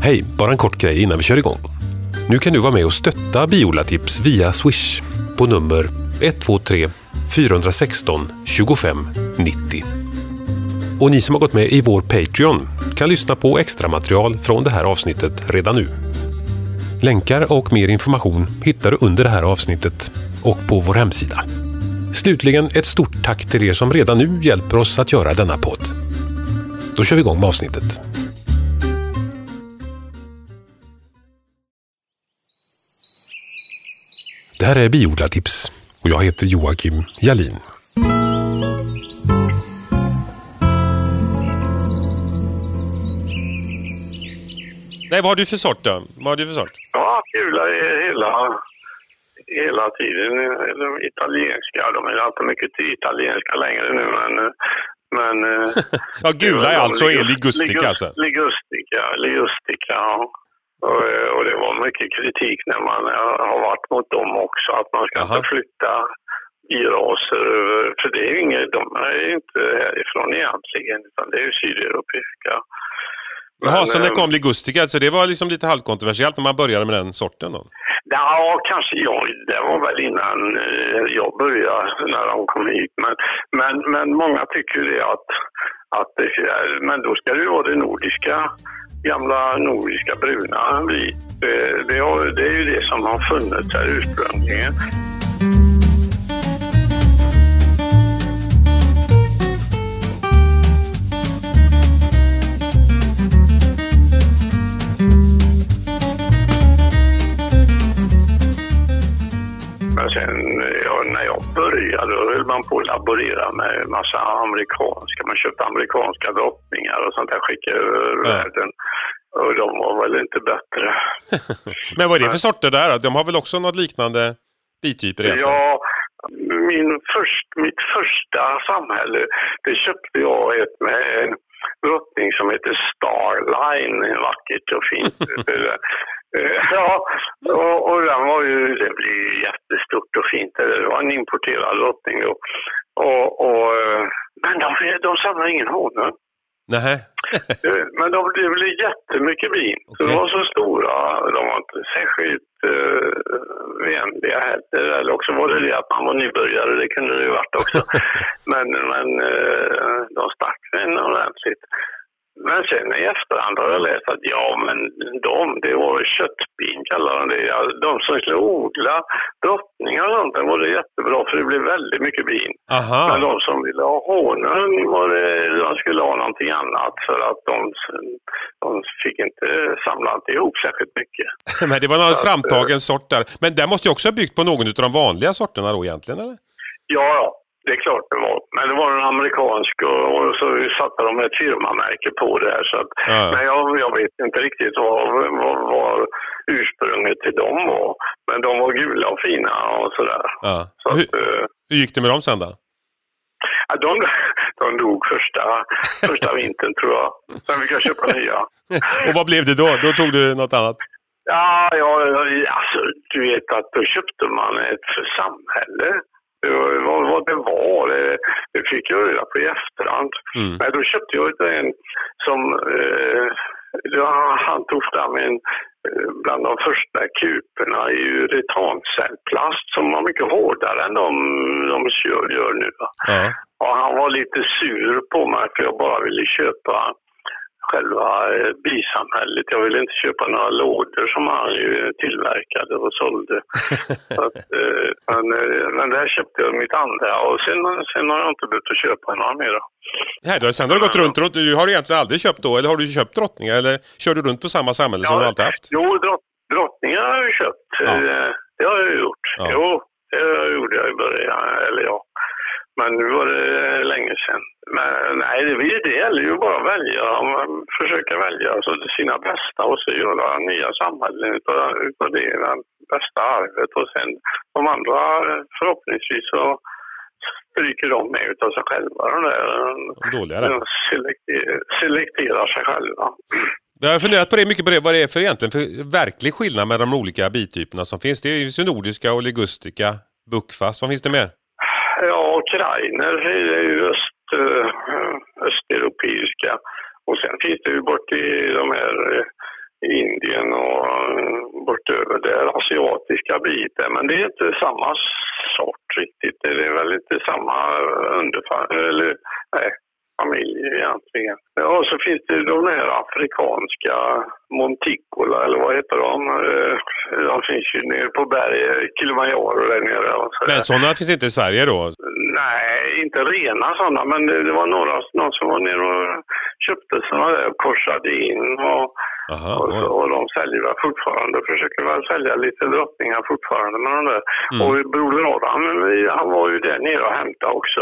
Hej, bara en kort grej innan vi kör igång. Nu kan du vara med och stötta Biola-tips via Swish på nummer 123 416 25 90. Och ni som har gått med i vår Patreon kan lyssna på extra material från det här avsnittet redan nu. Länkar och mer information hittar du under det här avsnittet och på vår hemsida. Slutligen ett stort tack till er som redan nu hjälper oss att göra denna podd. Då kör vi igång med avsnittet. Det här är Biola-tips och jag heter Joakim Jalin. Nej, vad har du för sort då? Ja, kul hela tiden. Italienska, de är alltid mycket till italienska längre nu, men ja, gula är alltså ligustica alltså. Ligustica, ja. Och det var mycket kritik när man har varit mot dem också, att man ska inte flytta biraser över, för det är ju inget, de är inte härifrån egentligen, utan det är ju sydeuropeiska. Jaha, så det kom ligustica, så det var liksom lite halvkontroversiellt när man började med den sorten då? Ja, kanske det var väl innan jag började, när de kom hit. Men många tycker det att det är, men då ska det ju vara det gamla nordiska bruna vit. Det är ju det som har funnits här ursprungligen. Men sen när jag började då höll man på att laborera med massa amerikanska. Man köpte amerikanska drottningar och sånt där, skickade över världen. Och de var väl inte bättre. Men vad är det för sorter där? De har väl också något liknande bityper egentligen? Ja, mitt första samhälle, det köpte jag med en drottning som heter Starline. Vackert och fint. Ja, och den var ju, det blev jättestort och fint. Det var en importerad drottning då. Men de samlade ingen honung. Nej. Men de blev jättemycket bin. Okay. Så de var så stora, de var inte särskilt vänliga heller. Eller också var det att man var nybörjare, det kunde det ju varit också. men de stack en ordentligt. Men sen i efterhand har jag läst att det var köttbin kallar de det. De som skulle odla drottningar och sånt, var det jättebra för det blev väldigt mycket bin. Aha. Men de som ville ha honung de skulle ha någonting annat för att de fick inte samla inte ihop särskilt mycket. Men det var någon framtagen sort där. Men det måste ju också ha byggt på någon av de vanliga sorterna då egentligen, eller? Ja. Det är klart det var. Men det var en amerikansk och så satte de ett firmamärke på det här. Så att, men jag vet inte riktigt vad ursprunget till dem var. Men de var gula och fina och sådär. Ja. Så hur gick det med dem sen då? Ja, de dog första vintern tror jag. Sen fick jag köpa nya. Och vad blev det då? Då tog du något annat? Ja, alltså du vet att då köpte man ett samhälle. Vad det var, det fick jag reda på i efterhand. Men då köpte jag en som han tog fram bland de första kuperna i uritancelplast som var mycket hårdare än de gör nu. Och han var lite sur på mig för jag bara ville köpa själva bisamhället. Jag ville inte köpa några lådor som han ju tillverkade och sålde. Men där köpte jag mitt andra och sen har jag inte behövt att köpa några mer. Nej, sen har du gått runt. Du har egentligen aldrig köpt då? Eller har du köpt drottningar? Eller kör du runt på samma samhälle som du alltid haft? Jo, drottningar har jag köpt. Ja. Det har jag gjort. Ja. Jo, det gjorde jag i början. Eller ja. Men nu var det länge sedan. Men nej, det gäller ju bara att välja. Försöka välja alltså sina bästa och så göra nya samhällen utav det bästa arvet. Och sen de andra förhoppningsvis så stryker de med utav sig själva. De selekterar sig själva. Jag har funderat på det mycket på det, vad det är för egentligen för verklig skillnad med de olika bityperna som finns. Det är ju nordiska och ligustica, buckfast. Vad finns det mer? Ja, krainer är ju östeuropeiska och sen finns det ju bort i de här olika bitar, men det är inte samma sort riktigt. Det är väl inte samma familj egentligen. Ja, och så finns det de här afrikanska Monticola, eller vad heter de? De finns ju nere på berget, Kilimanjaro där nere. Men sådana finns inte i Sverige då? Nej, inte rena sådana, men det var någon som var nere och köpte sådana där, korsade in och de säljer väl fortfarande, försöker väl sälja lite drottningar fortfarande med de där. Och broder Adam, han var ju där nere och hämtade också.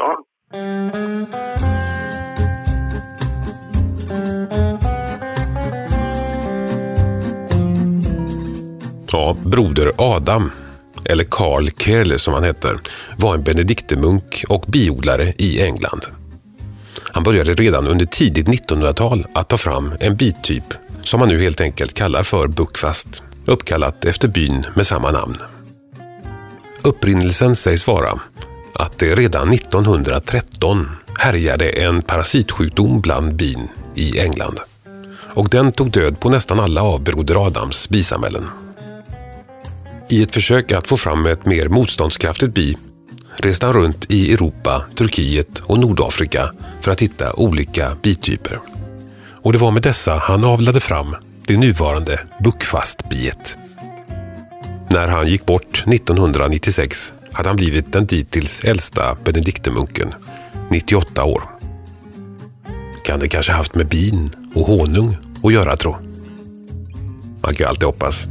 Ja, broder Adam, eller Carl Kerle som han heter, var en benediktemunk och biodlare i England. Han började redan under tidigt 1900-tal att ta fram en bittyp som man nu helt enkelt kallar för Buckfast, uppkallat efter byn med samma namn. Upprinnelsen sägs vara att det redan 1913 härjade en parasitsjukdom bland bin i England. Och den tog död på nästan alla av broder Adams bisamhällen. I ett försök att få fram ett mer motståndskraftigt bi reste han runt i Europa, Turkiet och Nordafrika för att hitta olika bityper. Och det var med dessa han avlade fram det nuvarande Buckfast-biet. När han gick bort 1996 hade han blivit den dittills äldsta benediktemunken, 98 år. Kan det kanske haft med bin och honung att göra, tro? Man kan ju alltid hoppas.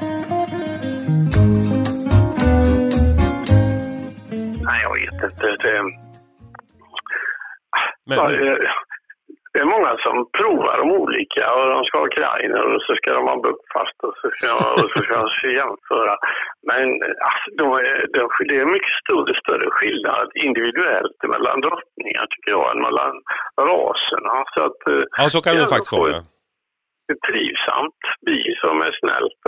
Nej, jag vet inte. Det är många som provar de olika och de ska ha krainer och så ska de ha Buckfast och så ska de jämföra. Men alltså, det är mycket större skillnad individuellt mellan drottningar tycker jag än mellan raserna. Så att, ja, så kan det faktiskt vara. Ett trivsamt bi som är snällt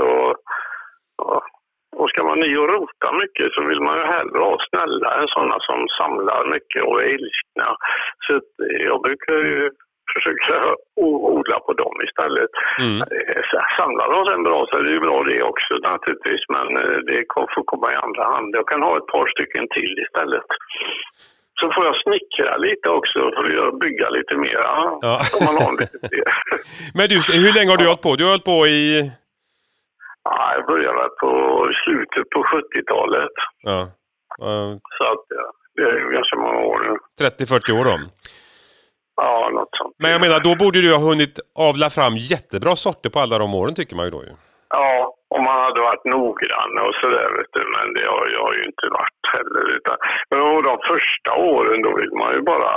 och ska man och rota mycket så vill man ju hellre ha snälla än sådana som samlar mycket och är ilskna. Så jag brukar ju försöka odla på dem istället. Samlar de sen bra så är det ju bra det också naturligtvis, men det får komma i andra hand. Jag kan ha ett par stycken till istället. Så får jag snickra lite också för att bygga lite mer. Ja. Om man har lite fler. Men du, hur länge har du hållit på? Du har hållit på i... Ja, jag började på slutet på 70-talet. Ja. Så att det är ganska många år nu. 30-40 år då? Ja, något sånt. Men jag menar, då borde du ha hunnit avla fram jättebra sorter på alla de åren tycker man ju då ju. Ja, om man hade varit noggrann och sådär vet du, men det har jag ju inte varit heller. Men de första åren då vill man ju bara...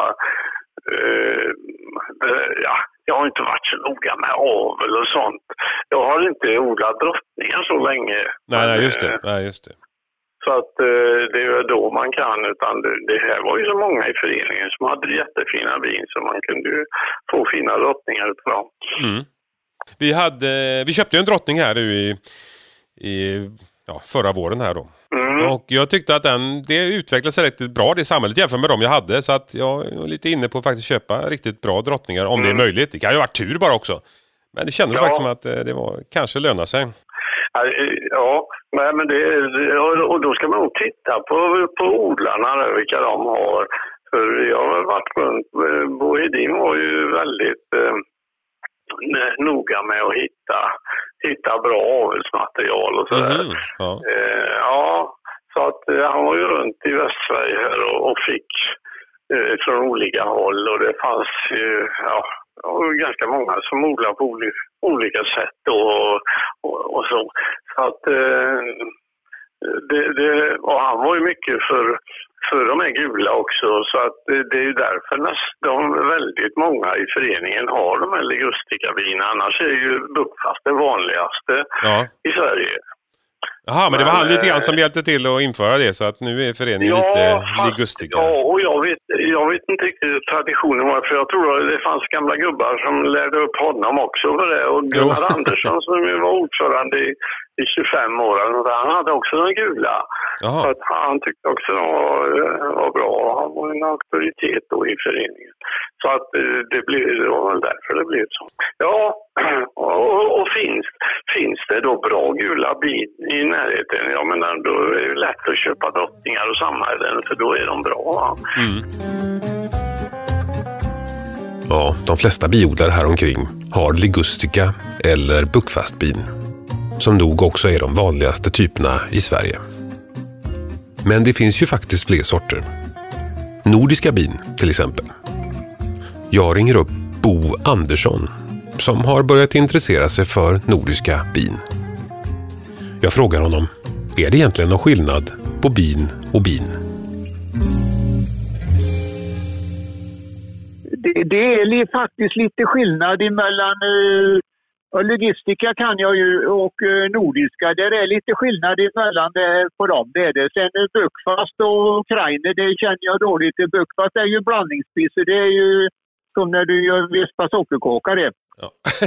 jag har inte varit så noga med avel och sånt. Jag har inte odlat drottningar så länge. Nej, just det. Så att det är då man kan, utan det här var ju så många i föreningen som hade jättefina bin så man kunde ju få fina drottningar utifrån. Vi köpte ju en drottning här nu i förra våren här då. Och jag tyckte att det utvecklade sig riktigt bra det samhället jämfört med dem jag hade, så att jag är lite inne på att faktiskt köpa riktigt bra drottningar om det är möjligt. Det kan ju ha varit tur bara också. Men det kändes faktiskt som att det var kanske lönar sig. Ja, men och då ska man nog titta på odlarna vilka de har. För jag har varit runt, Bo Hedin var ju väldigt noga med att hitta bra avelsmaterial och sådär. Så att han var ju runt i Västsverige här och fick från olika håll och det fanns ju ganska många som odlar på olika sätt och så. Så att och han var ju mycket för de är gula också, så att det är ju därför nästan väldigt många i föreningen har de här ligustica-bina. Annars är ju Buckfast det vanligaste i Sverige. Jaha, men det var han lite grann som hjälpte till att införa det, så att nu är föreningen lite ligustica. Ja, och jag vet inte riktigt traditionen var, för jag tror att det fanns gamla gubbar som lärde upp honom också för det. Och Gunnar Andersson som ju var ordförande i 25 år, han hade också de gula. Så att han tyckte också de var bra. Han var en auktoritet då i föreningen. Så att det var väl därför det blev så. Ja, och finns det då bra gula bin i närheten, jag menar, då är det ju lätt att köpa drottningar och samhällen, för då är de bra. Va? Ja, de flesta biodlare här omkring har ligustica eller buckfastbin, som nog också är de vanligaste typerna i Sverige. Men det finns ju faktiskt fler sorter. Nordiska bin till exempel. Jag ringer upp Bo Andersson som har börjat intressera sig för nordiska bin. Jag frågar honom, är det egentligen någon skillnad på bin och bin? Det är faktiskt lite skillnad emellan logistika kan jag ju och nordiska. Det är lite skillnad emellan på dem. Det är det. Sen buckfast och krainer, det känner jag dåligt. Buckfast är ju blandningsspis. Det är ju som när du gör vispa sockerkaka det. Ja.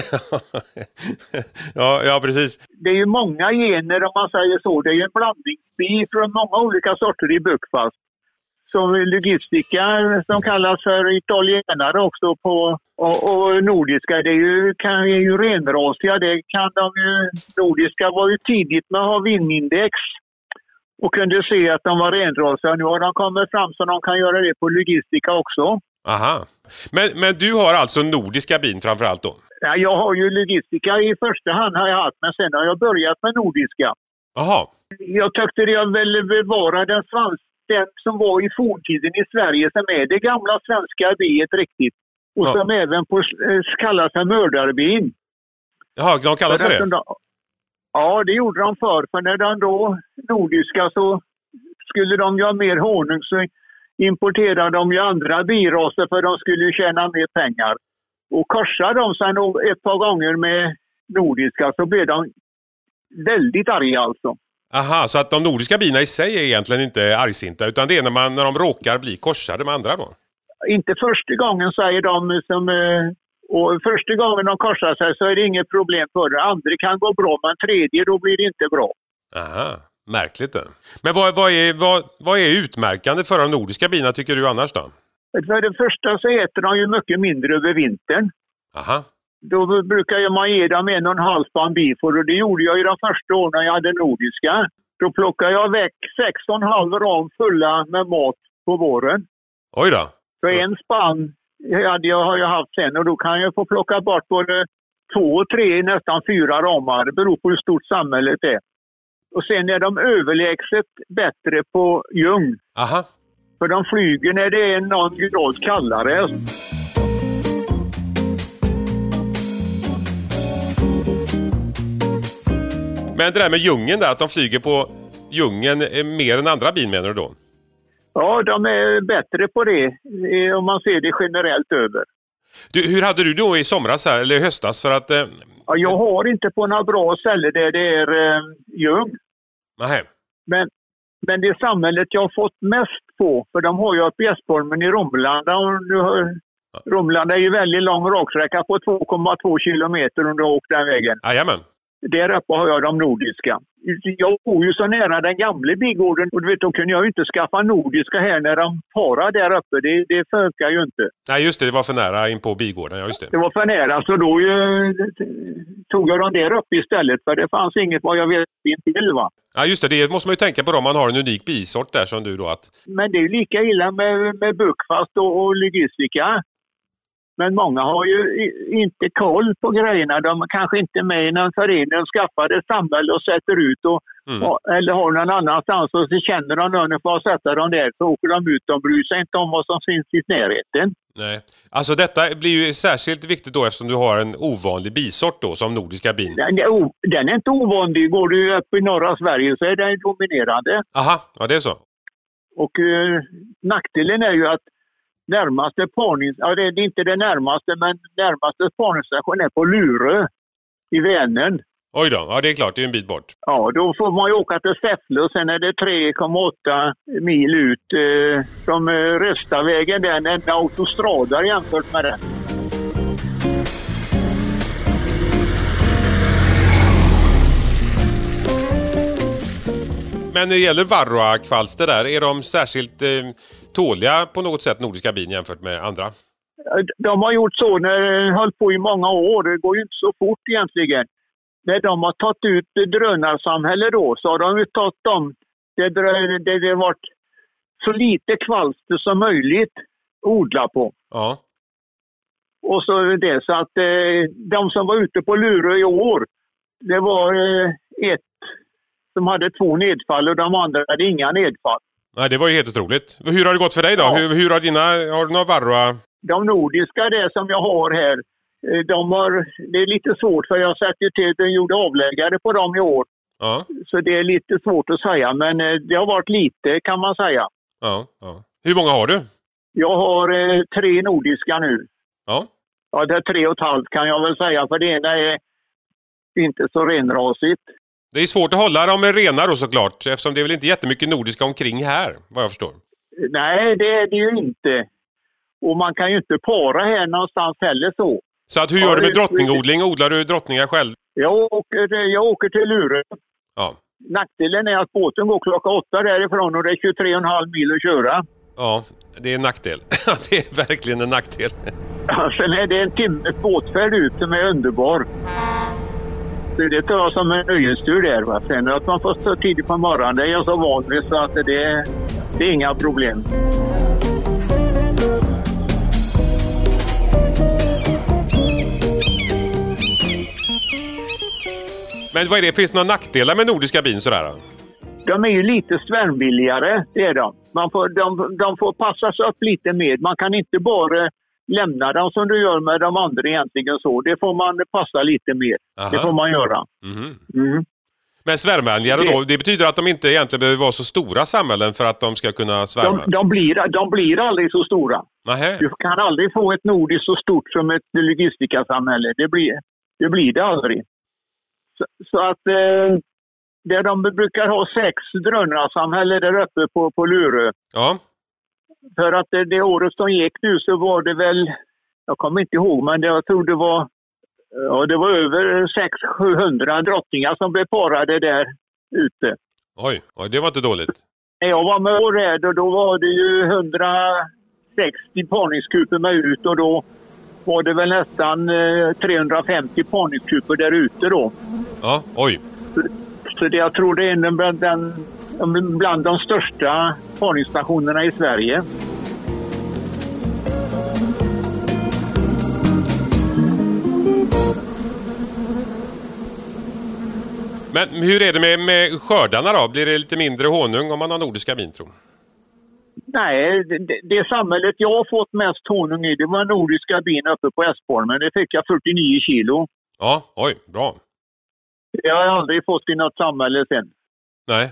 ja, precis. Det är ju många gener om man säger så. Det är ju en blandningsspis från många olika sorter i buckfast. Som logistika som kallas för italienare också på och nordiska, det är ju renrasiga, det kan de ju, nordiska var ju tidigt med att ha vinindex och kunde se att de var renrasiga. Nu har de kommit fram så de kan göra det på logistika också. Aha, men du har alltså nordiska bin framförallt då? Ja, jag har ju logistika i första hand har jag haft, men sen har jag börjat med nordiska. Aha. Jag tyckte jag ville bevara den som var i forntiden i Sverige, som är det gamla svenska biet riktigt. Och som även kallas för mördarbin. Jaha, de kallas för det? Ja, det gjorde de för när de då nordiska så skulle de ju ha mer honung, så importerade de ju andra biraser för de skulle ju tjäna mer pengar. Och korsade de sen ett par gånger med nordiska så blev de väldigt arga alltså. Aha, så att de nordiska bina i sig är egentligen inte argsinta, utan det är när de råkar bli korsade med andra då? Inte första gången säger de som... Och första gången de korsar sig så är det inget problem för det. Andra kan gå bra, men tredje då blir det inte bra. Aha, märkligt det. Men vad är utmärkande för de nordiska bina tycker du annars då? För det första så äter de ju mycket mindre över vintern. Aha. Då brukar man ge dem 1,5 spann bifor, och det gjorde jag i de första åren jag hade nordiska. Då plockade jag väck 6,5 ram fulla med mat på våren. Oj då. Så en spann har jag haft sen, och då kan jag få plocka bort både 2, 3, nästan 4 ramar. Det beror på hur stort samhället är. Och sen är de överlägset bättre på ljung. Aha. För de flyger när det är någon grad kallare. Men det där med djungeln där, att de flyger på djungeln mer än andra bin menar du då? Ja, de är bättre på det om man ser det generellt över. Du, hur hade du då i somras här, eller i höstas för att... Ja, jag har inte på några bra ställen där det är ljung. Nej. Men det samhället jag har fått mest på, för de har ju upp Gästholmen i Romlanda, och Romlanda är ju väldigt lång raksträcka på 2,2 kilometer om du har åkt den vägen. Jajamän. Där uppe har jag de nordiska. Jag bor ju så nära den gamla bigården, och du vet, då kunde jag ju inte skaffa nordiska här när de parar där uppe. Det funkar ju inte. Nej just det, det var för nära in på bigården, ja just det. Det var för nära, så då tog jag dem där uppe istället, för det fanns inget vad jag vet intill, va. Ja just det måste man ju tänka på då, man har en unik bisort där som du då att... Men det är ju lika illa med buckfast och logistika. Men många har ju inte koll på grejerna. De är kanske inte med i någon förening och skaffar ett samhälle och sätter ut. Eller har någon annanstans och så känner de någon för att sätta dem där. Så åker de ut. De bryr sig inte om vad som finns i närheten. Nej. Alltså detta blir ju särskilt viktigt då eftersom du har en ovanlig bisort då som nordiska bin. Den är inte ovanlig. Går du upp i norra Sverige så är den dominerande. Aha, ja det är så. Och nackdelen är ju att närmaste parnings... Ja, det är inte det närmaste, men närmaste parningsstation är på Lurö i Vänern. Oj då, ja det är klart, det är en bit bort. Ja, då får man ju åka till Säffle och sen är det 3,8 mil ut från Röstavägen, den enda autostrada jämfört med den. Men när det gäller varroakvalster där, är de särskilt tåliga på något sätt nordiska bin jämfört med andra? De har gjort så när de höll på i många år. Det går ju inte så fort egentligen. när de har tagit ut drönarsamhälle då, så har de ju tagit dem det har varit så lite kvalster som möjligt odla på. Ja. Och så det, så att de som var ute på Lurö i år, det var ett som hade 2 nedfall och de andra hade inga nedfall. Nej, det var ju helt otroligt. Hur har det gått för dig då? Ja. Hur har du några varroa? De nordiska, det som jag har här, det är lite svårt för jag satt ju till att jag gjorde avläggare på dem i år. Ja. Så det är lite svårt att säga, men det har varit lite kan man säga. Ja, ja. Hur många har du? Jag har 3 nordiska nu. Ja. Ja, det är 3,5 kan jag väl säga, för det ena är inte så renrasigt. Det är svårt att hålla dem med renar då såklart, eftersom det är väl inte jättemycket nordiska omkring här, vad jag förstår. Nej, det är det ju inte. Och man kan ju inte para här någonstans heller så. Så att hur gör du med drottningodling? Odlar du drottningar själv? Jag åker till Lurö. Ja. Nackdelen är att båten går klockan 8 därifrån och det är 23,5 mil att köra. Ja, det är en nackdel. Det är verkligen en nackdel. Sen är det en timmes båtfärd ut som är underbar. Så det tar jag som en nöjestur där. Va? Sen att man får stå tidigt på morgonen, det är jag så van vid så att det är inga problem. Men vad är det? Finns det några nackdelar med nordiska bin sådär? De är ju lite svärmbilligare, det är de. De får passas upp lite mer. Man kan inte bara lämna dem som du gör med de andra egentligen så. Det får man passa lite mer. Aha. Det får man göra. Mm. Men svärmvänligare då, det betyder att de inte egentligen behöver vara så stora samhällen för att de ska kunna svärma? De blir aldrig så stora. Nähä. Du kan aldrig få ett nordiskt så stort som ett logistikasamhälle. Det blir det aldrig. Så att där de brukar ha 6 drönarsamhälle där uppe på Lurö. Ja. För att det året som gick nu så var det väl, jag kommer inte ihåg, men jag tror det var över 600-700 drottningar som blev parade där ute. Oj, det var inte dåligt. Jag var med och rädd och då var det ju 160 parningskuper med ut och då var det väl nästan 350 parningskuper där ute då. Ja, oj. Så det, jag tror det är bland de största parningsstationerna i Sverige. Men hur är det med skördarna då? Blir det lite mindre honung om man har nordiska bin, tror? Nej, det samhället jag har fått mest honung i, det var nordiska bin uppe på Äspholmen. Det fick jag 49 kilo. Ja, oj, bra. Jag har aldrig fått i något samhälle sen. Nej.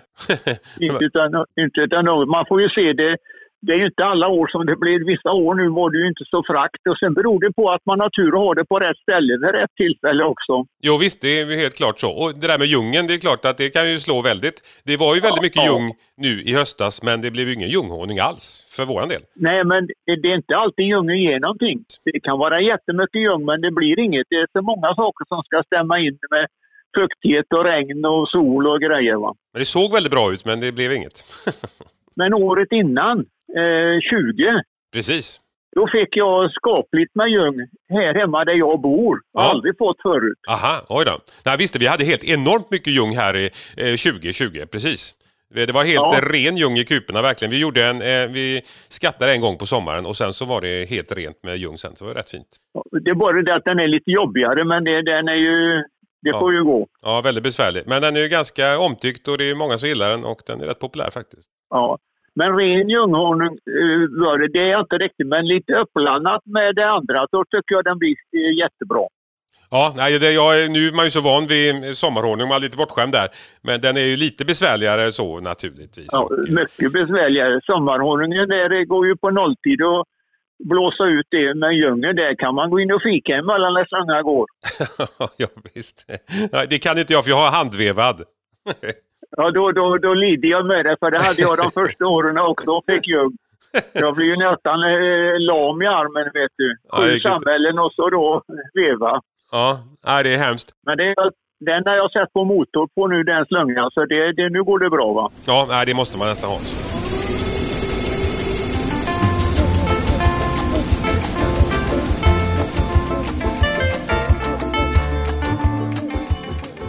inte utan något. Man får ju se det. Det är ju inte alla år som det blir. Vissa år nu var det ju inte så frakt. Och sen beror det på att man har tur och har det på rätt ställe vid rätt tillfälle också. Jo visst, det är helt klart så. Och det där med ljungen, det är klart att det kan ju slå väldigt. Det var ju väldigt mycket ljung nu i höstas, men det blev ju ingen ljunghonung alls för våran del. Nej, men det är inte alltid ljungen ger någonting. Det kan vara jättemycket ljung, men det blir inget. Det är så många saker som ska stämma in med fuktighet och regn och sol och grejer, va? Men det såg väldigt bra ut, men det blev inget. Men året innan, 20. Precis. Då fick jag skapligt med ljung här hemma där jag bor. Aldrig fått förut. Aha, oj då. Nej, visst, vi hade helt enormt mycket ljung här i 2020, precis. Det var helt ren ljung i kuperna, verkligen. Vi skattade en gång på sommaren och sen så var det helt rent med ljung sen. Så det var rätt fint. Det är bara det att den är lite jobbigare, men den är ju... Det får ju gå. Ja, väldigt besvärlig. Men den är ju ganska omtyckt och det är många som gillar den och den är rätt populär faktiskt. Ja. Men ren ljunghonung det är inte riktigt, men lite uppblandat med det andra så tycker jag den blir jättebra. Ja, nej, nu är man ju så van vid sommarhonung, man är lite bortskämd där. Men den är ju lite besvärligare så naturligtvis. Ja, mycket besvärligare. Sommarhonungen där går ju på nolltid och blåsa ut det med ljungen. Där kan man gå in och fika emellan när slunga går. Ja, visst. Nej, det kan inte jag för jag har handvevad. Ja, då lider jag med det, för det hade jag de första åren också och fick ljung. Jag blir ju nästan lam i armen, vet du. 7 samhällen och så då veva. Ja, det är hemskt. Men den där jag sett på motor på nu, den slungan, så nu går det bra, va? Ja, det måste man nästan ha.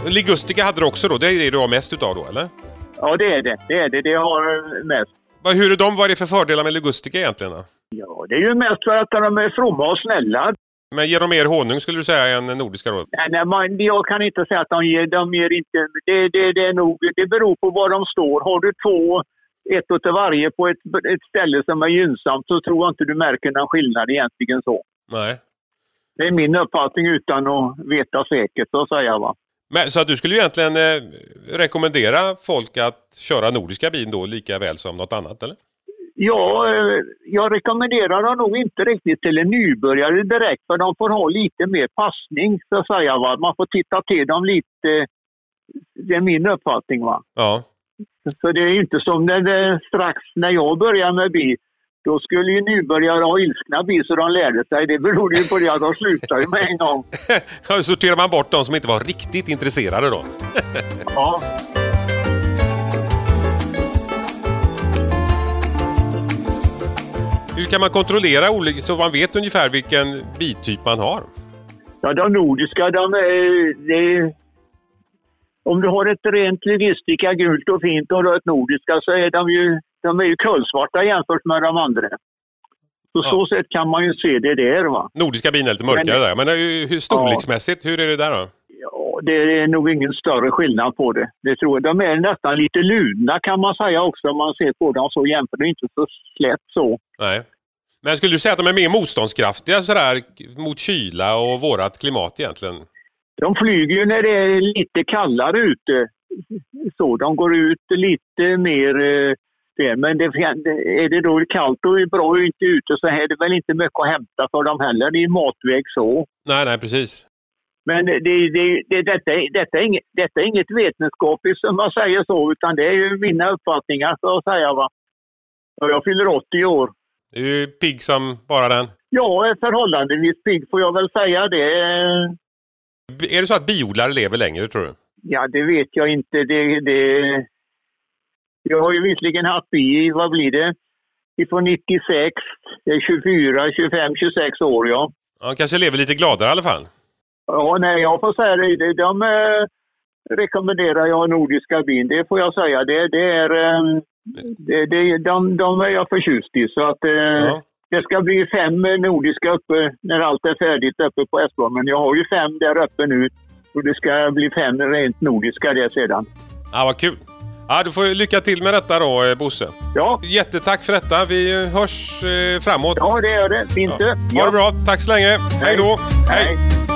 Ligustica hade du också då, det är det du har mest utav då, eller? Ja, det är det. Det har mest. Hur är vad är det för fördelar med Ligustica egentligen då? Ja, det är ju mest för att de är fromma och snälla. Men ger de mer honung skulle du säga än nordiska då? Nej, jag kan inte säga att de ger inte. Det är nog, det beror på var de står. Har du ett utav varje på ett ställe som är gynnsamt så tror jag inte du märker någon skillnad egentligen så. Nej. Det är min uppfattning utan att veta säkert så att säga va. Men, så att du skulle ju egentligen rekommendera folk att köra nordiska bin då lika väl som något annat, eller? Ja, jag rekommenderar dem nog inte riktigt till en nybörjare direkt för de får ha lite mer passning så att säga va. Man får titta till dem lite, det är min uppfattning va. Ja. Så det är ju inte som strax när jag började med bil. Då skulle ju nybörjare ha ilskna bil så de lärde sig. Det berodde ju på det att de slutade med en gång. Sorterar man bort de som inte var riktigt intresserade då? Ja. Hur kan man kontrollera olika så man vet ungefär vilken bityp man har? Ja, de nordiska, om du har ett rent Ligustica gult och fint och du har ett nordiska så är de är ju kullsvarta jämfört med de andra. Så sätt kan man ju se det där va. Nordiska bin är lite mörkare där. Men hur storleksmässigt, hur är det där då? Ja, det är nog ingen större skillnad på det. Det tror jag. De är nästan lite ludna kan man säga också om man ser på dem så jämfört. Det är inte så slätt så. Nej. Men skulle du säga att de är mer motståndskraftiga sådär mot kyla och vårat klimat egentligen? De flyger ju när det är lite kallare ute. Så de går ut lite mer men är det då kallt och är bra inte ute så är det väl inte mycket att hämta för dem heller. Det är matväg så. Nej, precis. Men detta är inget vetenskapligt som man säger så utan det är ju mina uppfattningar så att säga va. Och jag fyller 80 år. Är du pigg som bara den? Ja, är förhållandevis pigg får jag väl säga det. Är det så att biodlare lever längre tror du? Ja, det vet jag inte. Jag har ju visserligen haft bi, vad blir det? Ifrån 96, det är 24, 25, 26 år ja. Ja, kanske lever lite gladare i alla fall. Ja, nej, jag får säga det. De rekommenderar jag nordiska bin, det får jag säga. De är jag förtjust i. Så att det ska bli 5 nordiska uppe när allt är färdigt uppe på Esbjörn. Men jag har ju 5 där uppe nu. Och det ska bli 5 rent nordiska där sedan. Ja, vad kul. Ja, du får lycka till med detta då, Bosse. Ja. Jättetack för detta. Vi hörs framåt. Ja, det gör det. Fint. Ja. Ha det bra. Tack så länge. Hej då. Hej.